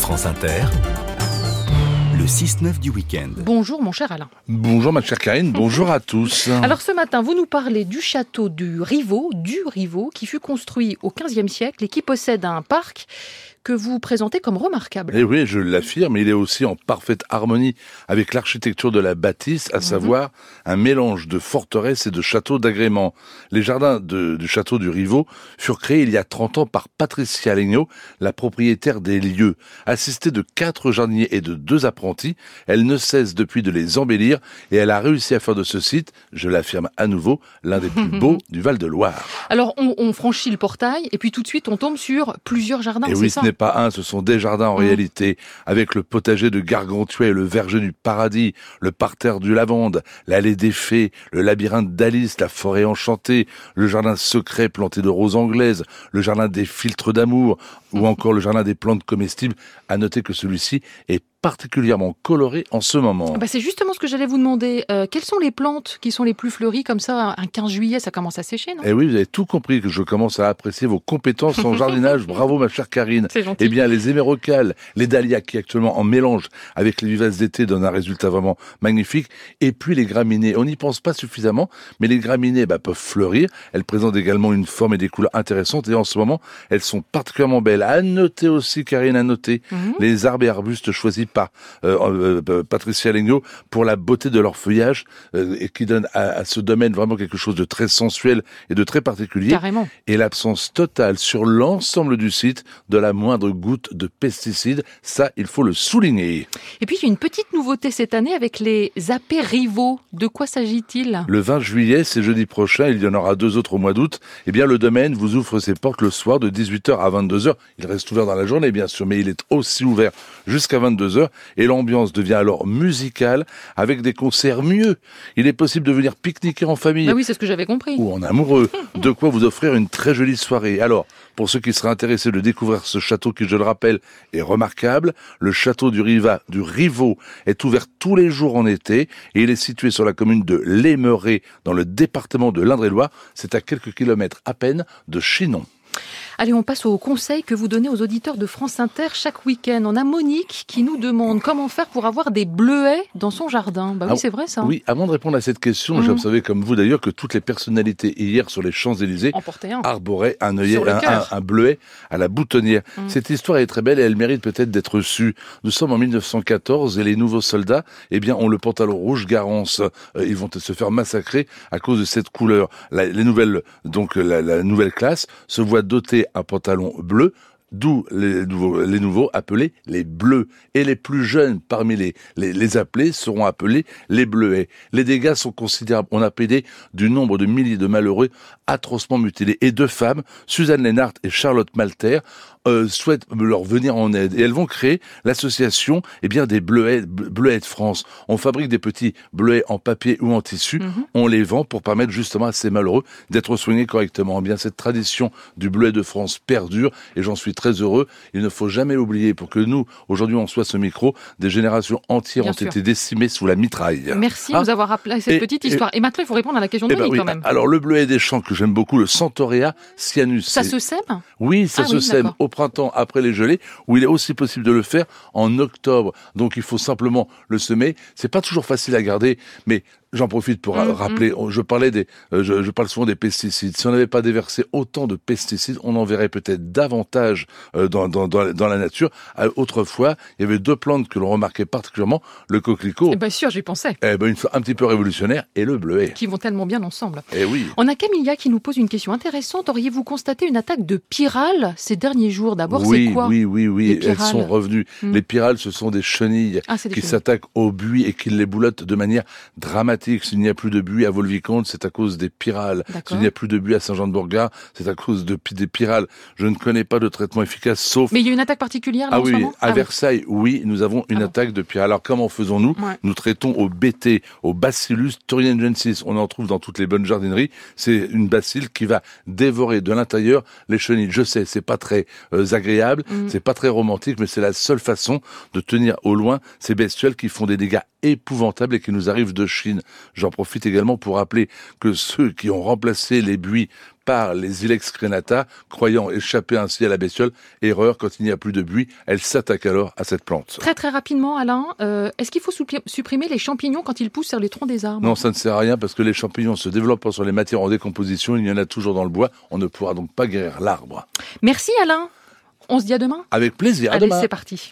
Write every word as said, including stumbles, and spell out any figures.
France Inter, le six neuf du week-end. Bonjour mon cher Alain. Bonjour ma chère Karine, bonjour à tous. Alors ce matin, vous nous parlez du château du Rivaux, du Rivaux, qui fut construit au quinzième siècle et qui possède un parc que vous présentez comme remarquable. Et oui, je l'affirme, il est aussi en parfaite harmonie avec l'architecture de la bâtisse, à mmh. savoir un mélange de forteresse et de château d'agrément. Les jardins de, du château du Rivaux furent créés il y a trente ans par Patricia Legnaud, la propriétaire des lieux. Assistée de quatre jardiniers et de deux apprentis, elle ne cesse depuis de les embellir et elle a réussi à faire de ce site, je l'affirme à nouveau, l'un des plus beaux du Val-de-Loire. Alors on, on franchit le portail et puis tout de suite on tombe sur plusieurs jardins, et c'est oui, ça ? Ce n'est pas un, ce sont des jardins en mmh. réalité, avec le potager de Gargantua et le verger du paradis, le parterre du lavande, l'allée des fées, le labyrinthe d'Alice, la forêt enchantée, le jardin secret planté de roses anglaises, le jardin des filtres d'amour, mmh. ou encore le jardin des plantes comestibles. À noter que celui-ci est particulièrement coloré en ce moment. Bah c'est justement ce que j'allais vous demander. Euh, quelles sont les plantes qui sont les plus fleuries comme ça, un quinze juillet, ça commence à sécher, non ? Eh oui, vous avez tout compris, que je commence à apprécier vos compétences en jardinage. Bravo ma chère Karine. C'est gentil. Eh bien, les hémérocalles, les dahlias qui actuellement en mélange avec les vivaces d'été donnent un résultat vraiment magnifique. Et puis les graminées, on n'y pense pas suffisamment, mais les graminées bah, peuvent fleurir. Elles présentent également une forme et des couleurs intéressantes et en ce moment, elles sont particulièrement belles. À noter aussi, Karine, à noter, mmh. les arbres et arbustes choisis par euh, euh, Patricia Legnaud pour la beauté de leur feuillage euh, et qui donne à, à ce domaine vraiment quelque chose de très sensuel et de très particulier. Carrément. Et l'absence totale sur l'ensemble du site de la moindre goutte de pesticides, ça il faut le souligner. Et puis il y a une petite nouveauté cette année avec les apérivaux. De quoi s'agit-il ? Le vingt juillet, c'est jeudi prochain, il y en aura deux autres au mois d'août. Eh bien le domaine vous ouvre ses portes le soir de dix-huit heures à vingt-deux heures. Il reste ouvert dans la journée bien sûr, mais il est aussi ouvert jusqu'à vingt-deux heures. Et l'ambiance devient alors musicale avec des concerts mieux. Il est possible de venir pique-niquer en famille. Bah oui, c'est ce que j'avais compris. Ou en amoureux. De quoi vous offrir une très jolie soirée. Alors, pour ceux qui seraient intéressés de découvrir ce château qui, je le rappelle, est remarquable, le château du Riva, du Rivaux est ouvert tous les jours en été et il est situé sur la commune de l'Émerée dans le département de l'Indre-et-Loire. C'est à quelques kilomètres à peine de Chinon. Allez, on passe aux conseils que vous donnez aux auditeurs de France Inter chaque week-end. On a Monique qui nous demande comment faire pour avoir des bleuets dans son jardin. Bah oui, ah, c'est vrai ça. Oui, avant de répondre à cette question, mmh. j'ai observé comme vous d'ailleurs que toutes les personnalités hier sur les Champs-Élysées arboraient un, œillet, un, un, un bleuet à la boutonnière. Mmh. Cette histoire est très belle et elle mérite peut-être d'être sue. Nous sommes en mille neuf cent quatorze et les nouveaux soldats, eh bien, ont le pantalon rouge Garance. Euh, ils vont se faire massacrer à cause de cette couleur. La, les nouvelles, donc la, la nouvelle classe se voit dotée un pantalon bleu, d'où les nouveaux, les nouveaux appelés les bleus. Et les plus jeunes parmi les, les, les appelés seront appelés les bleuets. Les dégâts sont considérables. On a pédé du nombre de milliers de malheureux atrocement mutilés. Et deux femmes, Suzanne Lennart et Charlotte Malter, euh, souhaitent leur venir en aide. Et elles vont créer l'association eh bien, des bleuets, bleuets de France. On fabrique des petits bleuets en papier ou en tissu. Mm-hmm. On les vend pour permettre justement à ces malheureux d'être soignés correctement. Eh bien, cette tradition du bleuet de France perdure et j'en suis très heureux. Il ne faut jamais oublier, pour que nous, aujourd'hui, on soit ce micro, des générations entières Bien ont sûr. été décimées sous la mitraille. Merci hein de nous avoir rappelé cette et, petite histoire. Et, et maintenant, il faut répondre à la question de Monique ben oui. quand même. Alors, le bleuet des champs que j'aime beaucoup, le Centaurea cyanus. Ça se sème ? Oui, ça ah, se oui, sème d'accord. au printemps après les gelées, où il est aussi possible de le faire en octobre. Donc, il faut simplement le semer. C'est pas toujours facile à garder, mais j'en profite pour mmh, rappeler, mmh. je parlais des, euh, je, je parle souvent des pesticides. Si on n'avait pas déversé autant de pesticides, on en verrait peut-être davantage euh, dans, dans, dans, dans la nature. Euh, autrefois, il y avait deux plantes que l'on remarquait particulièrement, le coquelicot. Eh bien sûr, j'y pensais. Eh ben, une, un petit peu révolutionnaire, et le bleuet. Qui vont tellement bien ensemble. Eh oui. On a Camilla qui nous pose une question intéressante. Auriez-vous constaté une attaque de pyrales ces derniers jours ? D'abord, oui, c'est quoi ? Oui, oui, oui, elles sont revenues. Mmh. Les pyrales, ce sont des chenilles ah, des qui chenilles. s'attaquent aux buis et qui les boulotent de manière dramatique. S'il n'y a plus de buis à Vaux-le-Vicomte, c'est à cause des pyrales. S'il n'y a plus de buis à Saint-Jean-de-Bourgard, c'est à cause de, des pyrales. Je ne connais pas de traitement efficace, sauf... Mais il y a une attaque particulière là ah en oui, ce moment à ah Versailles, oui, oui nous avons une ah attaque bon. de pyrales. Alors comment faisons-nous ? ouais. Nous traitons au B T, au Bacillus thuringiensis. On en trouve dans toutes les bonnes jardineries. C'est une bacille qui va dévorer de l'intérieur les chenilles. Je sais, c'est pas très euh, agréable, mm. c'est pas très romantique, mais c'est la seule façon de tenir au loin ces bestioles qui font des dégâts épouvantables et qui nous arrivent de Chine. J'en profite également pour rappeler que ceux qui ont remplacé les buis par les Ilex crenata, croyant échapper ainsi à la bestiole, erreur, quand il n'y a plus de buis, elle s'attaque alors à cette plante. Très très rapidement, Alain, euh, est-ce qu'il faut supprimer les champignons quand ils poussent sur les troncs des arbres? Non, ça ne sert à rien parce que les champignons se développant sur les matières en décomposition, il y en a toujours dans le bois, on ne pourra donc pas guérir l'arbre. Merci Alain, on se dit à demain. Avec plaisir, à Allez, demain. C'est parti.